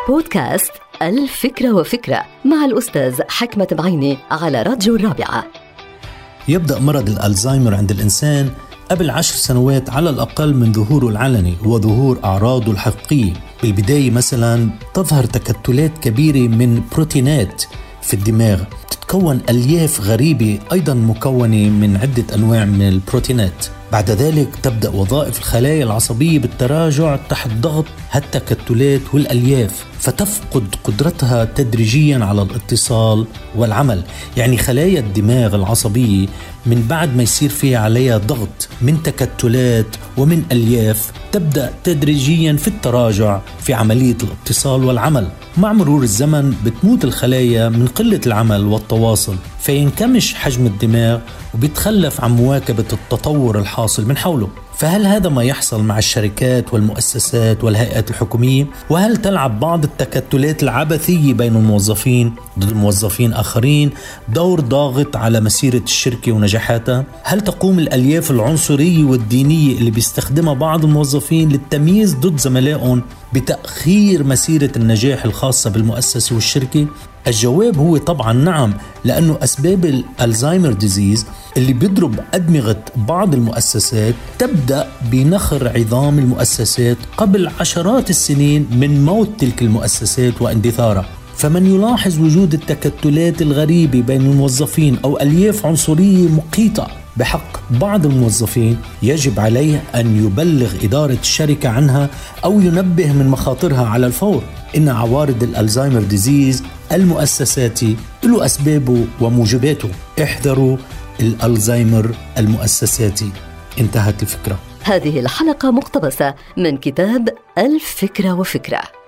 بودكاست الفكرة وفكرة مع الأستاذ حكمة بعيني على راديو الرابعة. يبدأ مرض الألزهايمر عند الإنسان قبل 10 سنوات على الأقل من ظهوره العلني وظهور أعراضه الحقيقية. بالبداية مثلا تظهر تكتلات كبيرة من بروتينات في الدماغ، تتكون ألياف غريبة أيضا مكونة من عدة أنواع من البروتينات. بعد ذلك تبدأ وظائف الخلايا العصبية بالتراجع تحت ضغط هالتكتلات والألياف، فتفقد قدرتها تدريجيا على الاتصال والعمل. يعني خلايا الدماغ العصبية من بعد ما يصير فيها عليها ضغط من تكتلات ومن ألياف تبدأ تدريجيا في التراجع في عملية الاتصال والعمل. مع مرور الزمن بتموت الخلايا من قلة العمل والتواصل، فينكمش حجم الدماغ وبيتخلف عن مواكبة التطور الحاصل من حوله. فهل هذا ما يحصل مع الشركات والمؤسسات والهيئات الحكومية؟ وهل تلعب بعض التكتلات العبثية بين الموظفين ضد موظفين آخرين دور ضاغط على مسيرة الشركة ونجاحاتها؟ هل تقوم الألياف العنصرية والدينية اللي بيستخدمها بعض الموظفين للتمييز ضد زملائهم بتأخير مسيرة النجاح الخاصة بالمؤسسة والشركة؟ الجواب هو طبعا نعم، لأنه أسباب الألزهايمر ديزيز اللي بيضرب أدمغة بعض المؤسسات تبدأ بنخر عظام المؤسسات قبل عشرات السنين من موت تلك المؤسسات واندثارها. فمن يلاحظ وجود التكتلات الغريبة بين الموظفين أو ألياف عنصرية مقيتة بحق بعض الموظفين يجب عليه أن يبلغ إدارة الشركة عنها أو ينبه من مخاطرها على الفور. إن عوارض الألزهايمر ديزيز المؤسساتي له أسبابه وموجباته. احذروا الألزهايمر المؤسساتي. انتهت الفكرة. هذه الحلقة مقتبسة من كتاب الفكرة وفكرة.